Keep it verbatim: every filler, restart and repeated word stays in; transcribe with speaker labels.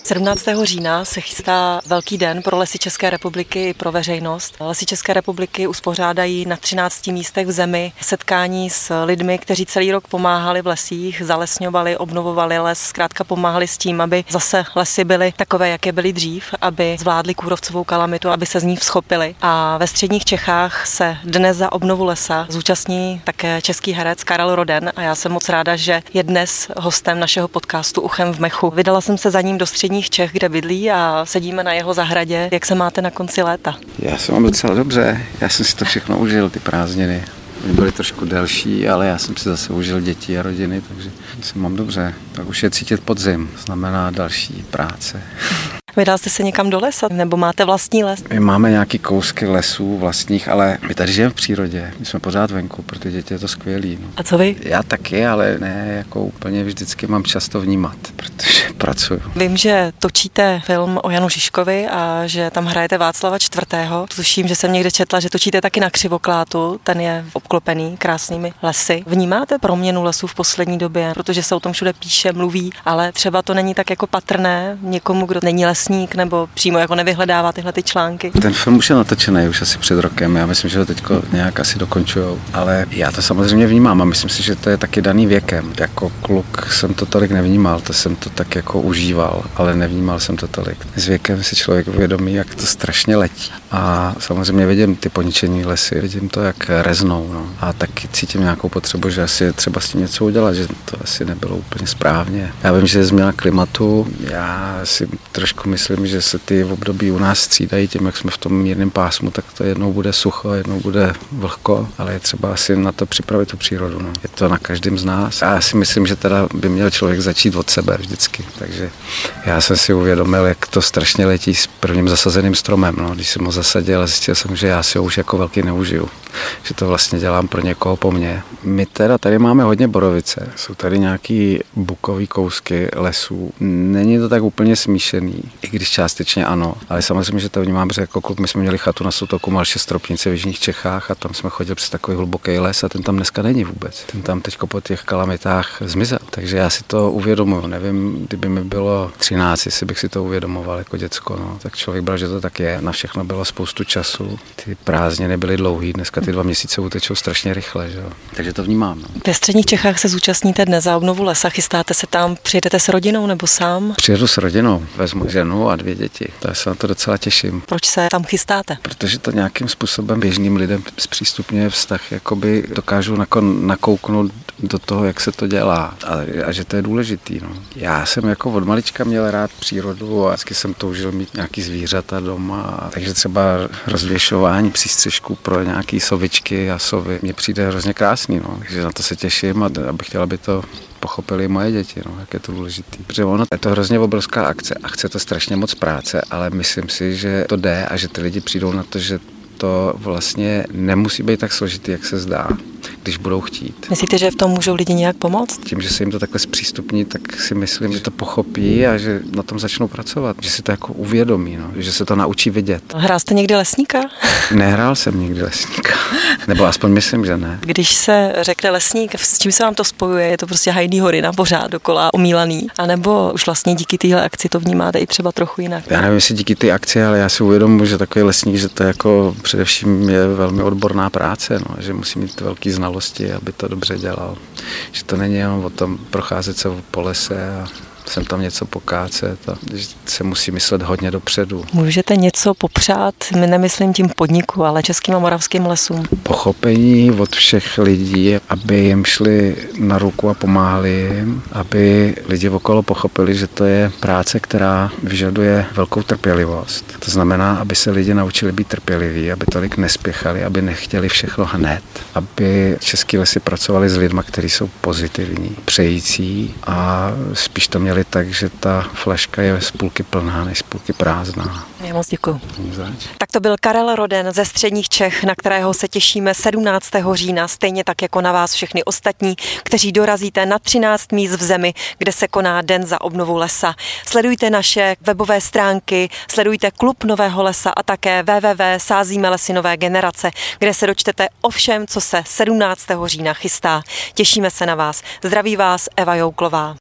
Speaker 1: sedmnáctého října se chystá velký den pro Lesy České republiky i pro veřejnost. Lesy České republiky uspořádají na třinácti místech v zemi setkání s lidmi, kteří celý rok pomáhali v lesích, zalesňovali, obnovovali les, zkrátka pomáhali s tím, aby zase lesy byly takové, jaké byly dřív, aby zvládli kůrovcovou kalamitu, aby se z ní vzchopili. A ve středních Čechách se dnes za obnovu lesa zúčastní také český herec Karel Roden a já jsem moc ráda, že je dnes hostem našeho podcastu Uchem v mechu. Vydala jsem se za ním do středních Čech, kde bydlí, a sedíme na jeho zahradě. Jak se máte na konci léta?
Speaker 2: Já se mám docela dobře. Já jsem si to všechno užil, ty prázdniny. Byly trošku delší, ale já jsem si zase užil děti a rodiny, takže se mám dobře. Tak už je cítit podzim, znamená další práce.
Speaker 1: Vydal jste se někam do lesa, nebo máte vlastní les?
Speaker 2: My máme nějaký kousky lesů vlastních, ale my tady žijeme v přírodě. My jsme pořád venku, pro ty děti je to skvělý. No.
Speaker 1: A co vy?
Speaker 2: Já taky, ale ne jako úplně vždycky mám čas to vnímat, protože pracuju.
Speaker 1: Vím, že točíte film o Janu Žižkovi a že tam hrajete Václava čtvrtého. Tuším, že jsem někde četla, že točíte taky na Křivoklátu, ten je obklopený krásnými lesy. Vnímáte proměnu lesů v poslední době, protože se o tom všude píše, mluví, ale třeba to není tak jako patrné někomu, kdo není lesník nebo přímo jako nevyhledává tyhle ty články.
Speaker 2: Ten film už je natočený už asi před rokem, já myslím, že ho teďko nějak asi dokončujou, ale já to samozřejmě vnímám a myslím si, že to je taky daný věkem. Jako kluk jsem to tolik nevnímal, to jsem to tak jako užíval, ale nevnímal jsem to tolik. S věkem si člověk uvědomí, jak to strašně letí. A samozřejmě vidím ty poničený lesy, vidím to, jak reznou, no. A taky cítím nějakou potřebu, že asi je třeba s tím něco udělat, že to asi nebylo úplně správně. Já vím, že je změna klimatu, já si trošku myslím, že se ty období u nás střídají tím, jak jsme v tom mírném pásmu, tak to jednou bude sucho, jednou bude vlhko, ale je třeba asi na to připravit tu přírodu. No. Je to na každém z nás. A já si myslím, že teda by měl člověk začít od sebe vždycky. Takže já jsem si uvědomil, jak to strašně letí s prvním zasazeným stromem. No. Když jsem ho zasadil, zjistil jsem, že já si ho už jako velký neužiju. Že to vlastně dělám pro někoho po mně. My teda tady máme hodně borovice. Jsou tady nějaký bukový kousky lesů. Není to tak úplně smíšený, i když částečně ano. Ale samozřejmě, že to vnímám, že jako kluk my jsme měli chatu na Soutoku Malše Stropnice v jižních Čechách a tam jsme chodili přes takový hluboký les a ten tam dneska není vůbec. Ten tam teďko po těch kalamitách zmizel. Takže já si to uvědomuju. Nevím, kdyby mi bylo třináct, jestli bych si to uvědomoval jako děcko. No. Tak člověk bral, že to tak je. Na všechno bylo spoustu času. Ty prázdniny byly dlouhý, dneska ty dva měsíce utečou strašně rychle. Že? Takže to vnímám. No.
Speaker 1: Ve středních Čechách se zúčastníte dnes za obnovu lesa. Chystáte se tam, přijedete s rodinou nebo sám?
Speaker 2: Přijedu s rodinou, vezmu ženu a dvě děti. To já se na to docela těším.
Speaker 1: Proč se tam chystáte?
Speaker 2: Protože to nějakým způsobem běžným lidem zpřístupňuje vztah, jakoby dokážu nakon, nakouknout do toho, jak se to dělá a, a že to je důležitý. No. Já jsem jako od malička měl rád přírodu a vždycky jsem toužil mít nějaký zvířata doma, takže třeba rozvěšování přístřežků pro nějaký sovičky a sovy mně přijde hrozně krásný, no. Takže na to se těším a abych chtěla, aby to pochopili moje děti, no, jak je to důležitý. Protože ono je to hrozně obrovská akce a chce to strašně moc práce, ale myslím si, že to jde a že ty lidi přijdou na to, že to vlastně nemusí být tak složitý, jak se zdá, když budou chtít.
Speaker 1: Myslíte, že v tom můžou lidi nějak pomoct?
Speaker 2: Tím, že se jim to takhle zpřístupní, tak si myslím, že to pochopí a že na tom začnou pracovat, že si to jako uvědomí, no, že se to naučí vidět.
Speaker 1: Hrál jste někdy lesníka?
Speaker 2: Nehrál jsem nikdy lesníka, nebo aspoň myslím, že ne.
Speaker 1: Když se řekne lesník, s čím se vám to spojuje? Je to prostě hajný hory na pořád dokola omílaný? A nebo už vlastně díky téhle akci to vnímáte i třeba trochu jinak?
Speaker 2: Já nevím, jestli díky té akci, ale já si uvědomuji, že takový lesník, že to jako především je velmi odborná práce, no, že musí mít velký znalosti, aby to dobře dělal. Že to není jenom o tom procházet se po lese a sem tam něco pokácet a že se musí myslet hodně dopředu.
Speaker 1: Můžete něco popřát, my nemyslím tím podniku, ale českým a moravským lesům?
Speaker 2: Pochopení od všech lidí, aby jim šli na ruku a pomáhali jim, aby lidi okolo pochopili, že to je práce, která vyžaduje velkou trpělivost. To znamená, aby se lidi naučili být trpěliví, aby tolik nespěchali, aby nechtěli všechno hned, aby český lesy pracovali s lidmi, kteří jsou pozitivní, přející a spíš to měli tak, že ta flaška je z půlky plná, než z půlky prázdná.
Speaker 1: Já moc děkuju. Tak to byl Karel Roden ze středních Čech, na kterého se těšíme sedmnáctého října, stejně tak jako na vás všechny ostatní, kteří dorazíte na třináct míst v zemi, kde se koná Den za obnovu lesa. Sledujte naše webové stránky, sledujte Klub Nového lesa a také w w w tečka sázíme lesy nové generace, kde se dočtete o všem, co se sedmnáctého října chystá. Těšíme se na vás. Zdraví vás Eva Jouklová.